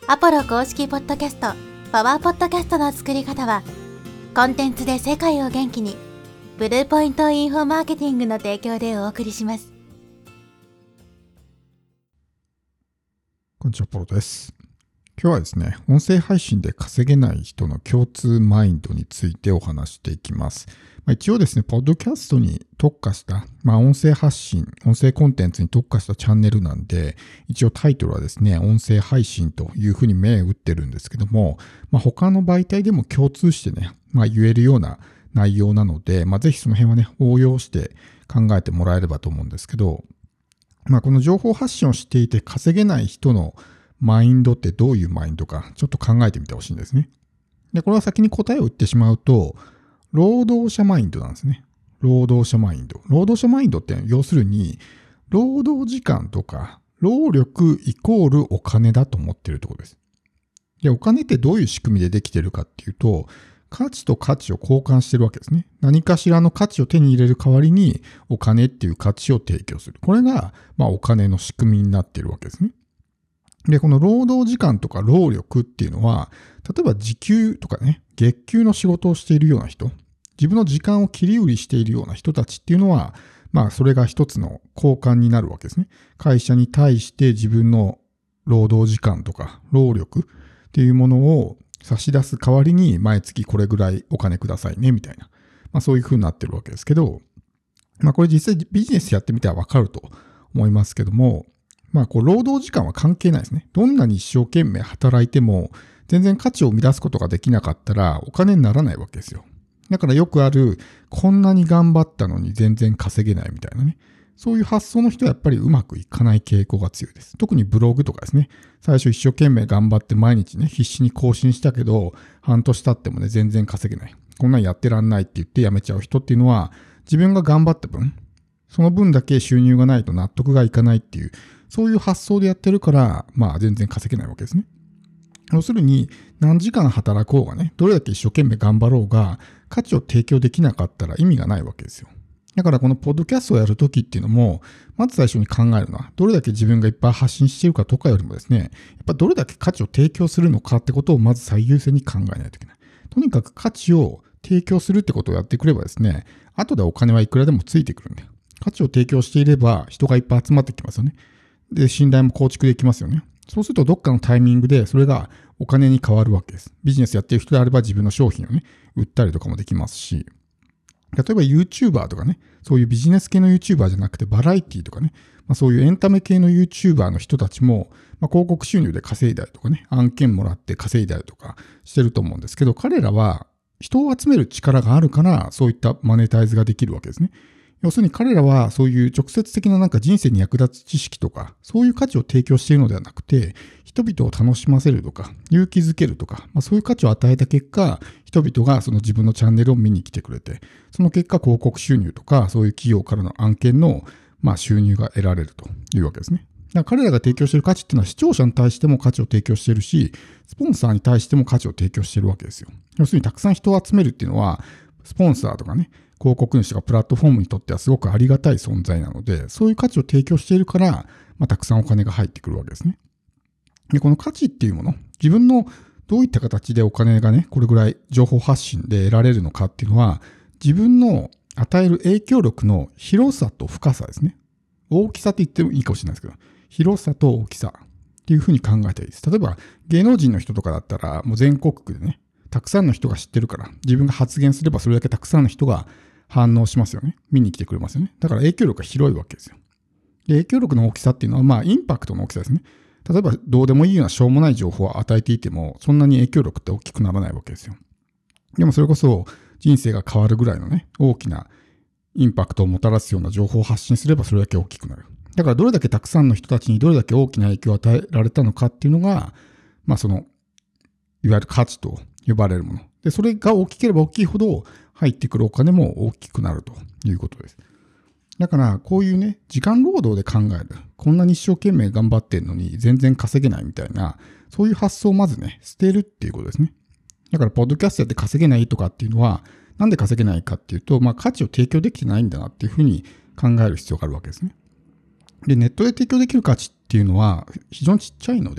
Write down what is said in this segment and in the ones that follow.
アポロ公式ポッドキャスト、パワーポッドキャストの作り方は、コンテンツで世界を元気に、ブルーポイントインフォマーケティングの提供でお送りします。 こんにちは、ポロです。今日はですね、音声配信で稼げない人の共通マインドについてお話していきます。一応ですね、ポッドキャストに特化した、音声発信、音声コンテンツに特化したチャンネルなんで、一応タイトルはですね、音声配信というふうに銘打ってるんですけども、他の媒体でも共通してね、言えるような内容なので、ぜひその辺はね、応用して考えてもらえればと思うんですけど、この情報発信をしていて稼げない人のマインドってどういうマインドかちょっと考えてみてほしいんですね。で、これは先に答えを言ってしまうと、労働者マインドなんですね。労働者マインド。労働者マインドって要するに、労働時間とか労力イコールお金だと思っているところです。で、お金ってどういう仕組みでできているかっていうと、価値と価値を交換してるわけですね。何かしらの価値を手に入れる代わりにお金っていう価値を提供する。これが、お金の仕組みになっているわけですね。で、この労働時間とか労力っていうのは、例えば時給とかね、月給の仕事をしているような人、自分の時間を切り売りしているような人たちっていうのは、それが一つの交換になるわけですね。会社に対して自分の労働時間とか労力っていうものを差し出す代わりに毎月これぐらいお金くださいねみたいな、そういう風になってるわけですけど、これ実際ビジネスやってみたらわかると思いますけども、労働時間は関係ないですね。どんなに一生懸命働いても全然価値を生み出すことができなかったらお金にならないわけですよ。だからよくある、こんなに頑張ったのに全然稼げないみたいなね。そういう発想の人はやっぱりうまくいかない傾向が強いです。特にブログとかですね。最初一生懸命頑張って毎日ね、必死に更新したけど、半年経ってもね、全然稼げない。こんなんやってらんないって言ってやめちゃう人っていうのは、自分が頑張った分、その分だけ収入がないと納得がいかないっていう、そういう発想でやってるから、全然稼げないわけですね。要するに、何時間働こうがね、どれだけ一生懸命頑張ろうが、価値を提供できなかったら意味がないわけですよ。だからこのポッドキャストをやるときっていうのも、まず最初に考えるのは、どれだけ自分がいっぱい発信しているかとかよりもですね、やっぱどれだけ価値を提供するのかってことをまず最優先に考えないといけない。とにかく価値を提供するってことをやってくればですね、後でお金はいくらでもついてくるんで、価値を提供していれば人がいっぱい集まってきますよね。で、信頼も構築できますよね。そうするとどっかのタイミングでそれがお金に変わるわけです。ビジネスやってる人であれば自分の商品をね、売ったりとかもできますし、例えば YouTuber とかね、そういうビジネス系の YouTuber じゃなくてバラエティとかね、そういうエンタメ系の YouTuber の人たちも、広告収入で稼いだりとかね、案件もらって稼いだりとかしてると思うんですけど、彼らは人を集める力があるから、そういったマネタイズができるわけですね。要するに彼らはそういう直接的な人生に役立つ知識とか、そういう価値を提供しているのではなくて、人々を楽しませるとか、勇気づけるとか、そういう価値を与えた結果、人々がその自分のチャンネルを見に来てくれて、その結果広告収入とか、そういう企業からの案件の収入が得られるというわけですね。だから彼らが提供している価値っていうのは視聴者に対しても価値を提供しているし、スポンサーに対しても価値を提供しているわけですよ。要するにたくさん人を集めるっていうのは、スポンサーとかね、広告主とかプラットフォームにとってはすごくありがたい存在なので、そういう価値を提供しているから、たくさんお金が入ってくるわけですね。で、この価値っていうもの、自分のどういった形でお金がね、これぐらい情報発信で得られるのかっていうのは、自分の与える影響力の広さと深さですね。大きさって言ってもいいかもしれないですけど、広さと大きさっていうふうに考えたらいいです。例えば芸能人の人とかだったら、もう全国区でね、たくさんの人が知ってるから、自分が発言すればそれだけたくさんの人が反応しますよね。見に来てくれますよね。だから影響力が広いわけですよ。で、影響力の大きさっていうのは、インパクトの大きさですね。例えば、どうでもいいようなしょうもない情報を与えていても、そんなに影響力って大きくならないわけですよ。でもそれこそ、人生が変わるぐらいのね、大きなインパクトをもたらすような情報を発信すれば、それだけ大きくなる。だから、どれだけたくさんの人たちにどれだけ大きな影響を与えられたのかっていうのが、その、いわゆる価値と呼ばれるもの。で、それが大きければ大きいほど、入ってくるお金も大きくなるということです。だから、こういうね、時間労働で考える。こんなに一生懸命頑張ってるのに全然稼げないみたいな、そういう発想をまずね、捨てるっていうことですね。だから、ポッドキャストやって稼げないとかっていうのは、なんで稼げないかっていうと、価値を提供できてないんだなっていうふうに考える必要があるわけですね。で、ネットで提供できる価値っていうのは非常にちっちゃいので、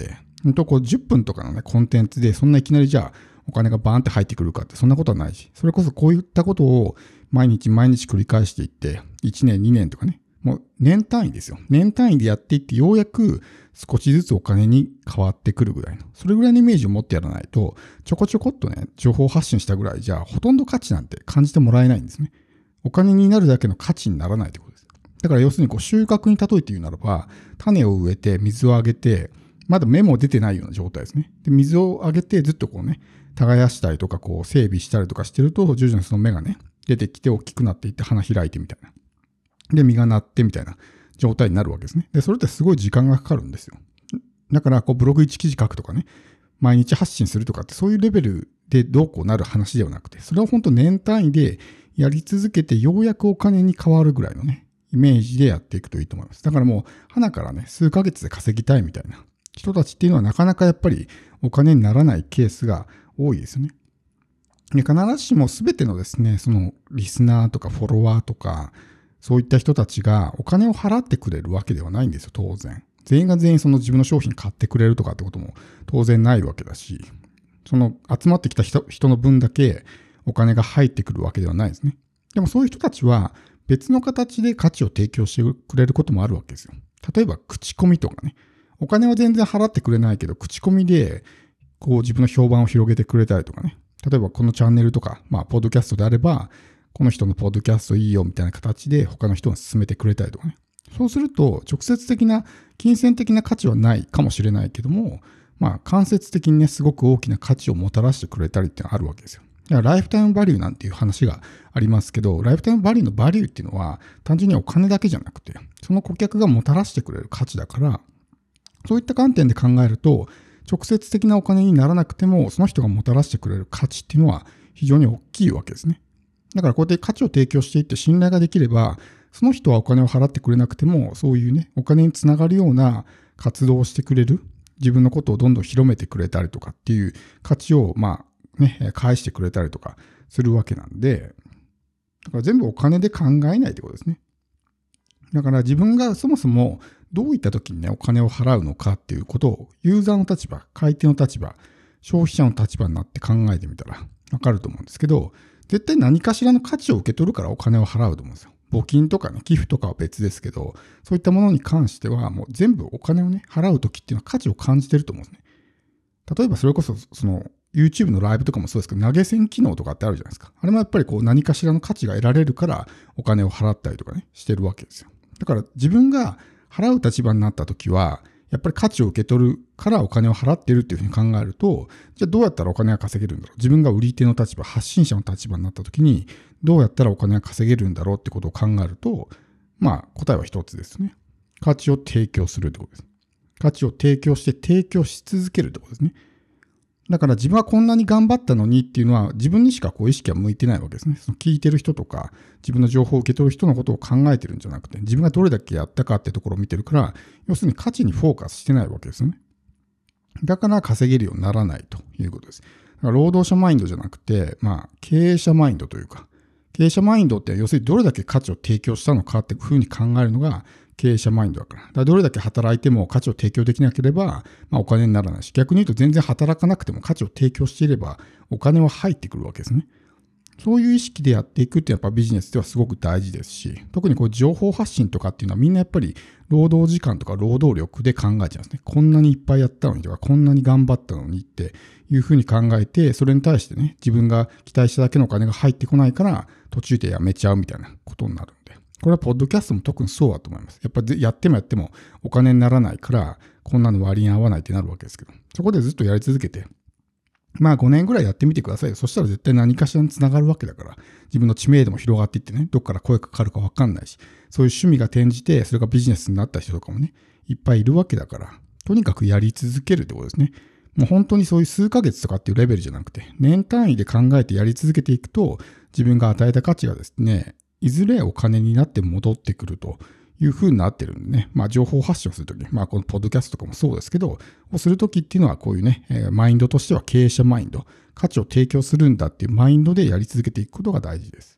本当こう10分とかのね、コンテンツでそんないきなりじゃあお金がバーンって入ってくるかってそんなことはないし、それこそこういったことを毎日毎日繰り返していって、1年2年とかね、もう年単位ですよ。年単位でやっていってようやく少しずつお金に変わってくるぐらいの、それぐらいのイメージを持ってやらないと、ちょこちょこっとね、情報発信したぐらいじゃほとんど価値なんて感じてもらえないんですね。お金になるだけの価値にならないということです。だから要するにこう収穫に例えて言うならば、種を植えて水をあげて、まだ芽も出てないような状態ですね。で、水をあげてずっとこうね、耕したりとかこう整備したりとかしてると、徐々にその芽がね、出てきて大きくなっていって花開いてみたいな。で、実がなってみたいな状態になるわけですね。で、それってすごい時間がかかるんですよ。だからこうブログ1記事書くとかね、毎日発信するとかってそういうレベルでどうこうなる話ではなくて、それは本当年単位でやり続けてようやくお金に変わるぐらいのね、イメージでやっていくといいと思います。だからもう、花からね、数ヶ月で稼ぎたいみたいな人たちっていうのはなかなかやっぱりお金にならないケースが多いですよね。で、必ずしも全てのですね、そのリスナーとかフォロワーとか、そういった人たちがお金を払ってくれるわけではないんですよ、当然。全員が全員その自分の商品買ってくれるとかってことも当然ないわけだし、その集まってきた人の分だけお金が入ってくるわけではないですね。でもそういう人たちは別の形で価値を提供してくれることもあるわけですよ。例えば口コミとかね。お金は全然払ってくれないけど、口コミでこう自分の評判を広げてくれたりとかね。例えばこのチャンネルとか、ポッドキャストであれば、この人のポッドキャストいいよみたいな形で他の人に勧めてくれたりとかね。そうすると直接的な金銭的な価値はないかもしれないけども、間接的にね、すごく大きな価値をもたらしてくれたりっていうのがあるわけですよ。だからライフタイムバリューなんていう話がありますけど、ライフタイムバリューのバリューっていうのは単純にお金だけじゃなくて、その顧客がもたらしてくれる価値だから、そういった観点で考えると、直接的なお金にならなくても、その人がもたらしてくれる価値っていうのは非常に大きいわけですね。だからこうやって価値を提供していって信頼ができれば、その人はお金を払ってくれなくても、そういうね、お金につながるような活動をしてくれる、自分のことをどんどん広めてくれたりとかっていう価値を、返してくれたりとかするわけなんで、だから全部お金で考えないってことですね。だから自分がそもそもどういった時にね、お金を払うのかっていうことを、ユーザーの立場、買い手の立場、消費者の立場になって考えてみたらわかると思うんですけど、絶対何かしらの価値を受け取るからお金を払うと思うんですよ。募金とかね、寄付とかは別ですけど、そういったものに関してはもう全部お金をね、払うときっていうのは価値を感じてると思うんですね。例えばそれこそ、その YouTube のライブとかもそうですけど、投げ銭機能とかってあるじゃないですか。あれもやっぱりこう何かしらの価値が得られるからお金を払ったりとかね、してるわけですよ。だから自分が払う立場になったときは、やっぱり価値を受け取るからお金を払ってるっていうふうに考えると、じゃあどうやったらお金が稼げるんだろう。自分が売り手の立場、発信者の立場になったときに、どうやったらお金が稼げるんだろうってことを考えると、答えは一つですね。価値を提供するってことです。価値を提供して提供し続けるってことですね。だから自分はこんなに頑張ったのにっていうのは自分にしかこう意識は向いてないわけですね。その聞いてる人とか自分の情報を受け取る人のことを考えてるんじゃなくて、自分がどれだけやったかってところを見てるから、要するに価値にフォーカスしてないわけですよね。だから稼げるようにならないということです。だから労働者マインドじゃなくて、経営者マインドというか、経営者マインドって要するにどれだけ価値を提供したのかっていうふうに考えるのが経営者マインドだから。だからどれだけ働いても価値を提供できなければ、お金にならないし、逆に言うと全然働かなくても価値を提供していればお金は入ってくるわけですね。そういう意識でやっていくってやっぱビジネスではすごく大事ですし、特にこう情報発信とかっていうのはみんなやっぱり労働時間とか労働力で考えちゃうんですね。こんなにいっぱいやったのにとか、こんなに頑張ったのにっていうふうに考えて、それに対してね、自分が期待しただけのお金が入ってこないから途中でやめちゃうみたいなことになるんで。これはポッドキャストも特にそうだと思います。やっぱりやってもお金にならないから、こんなの割に合わないってなるわけですけど、そこでずっとやり続けて、5年ぐらいやってみてくださいよ。そしたら絶対何かしらにつながるわけだから、自分の知名度も広がっていってね、どっから声かかるか分かんないし、そういう趣味が転じて、それがビジネスになった人とかもね、いっぱいいるわけだから、とにかくやり続けるってことですね。もう本当にそういう数ヶ月とかっていうレベルじゃなくて、年単位で考えてやり続けていくと、自分が与えた価値がですね、いずれお金になって戻ってくるという風になってるんでね、情報発信をするとき、このポッドキャストとかもそうですけど、をするときっていうのはこういうね、マインドとしては経営者マインド、価値を提供するんだっていうマインドでやり続けていくことが大事です。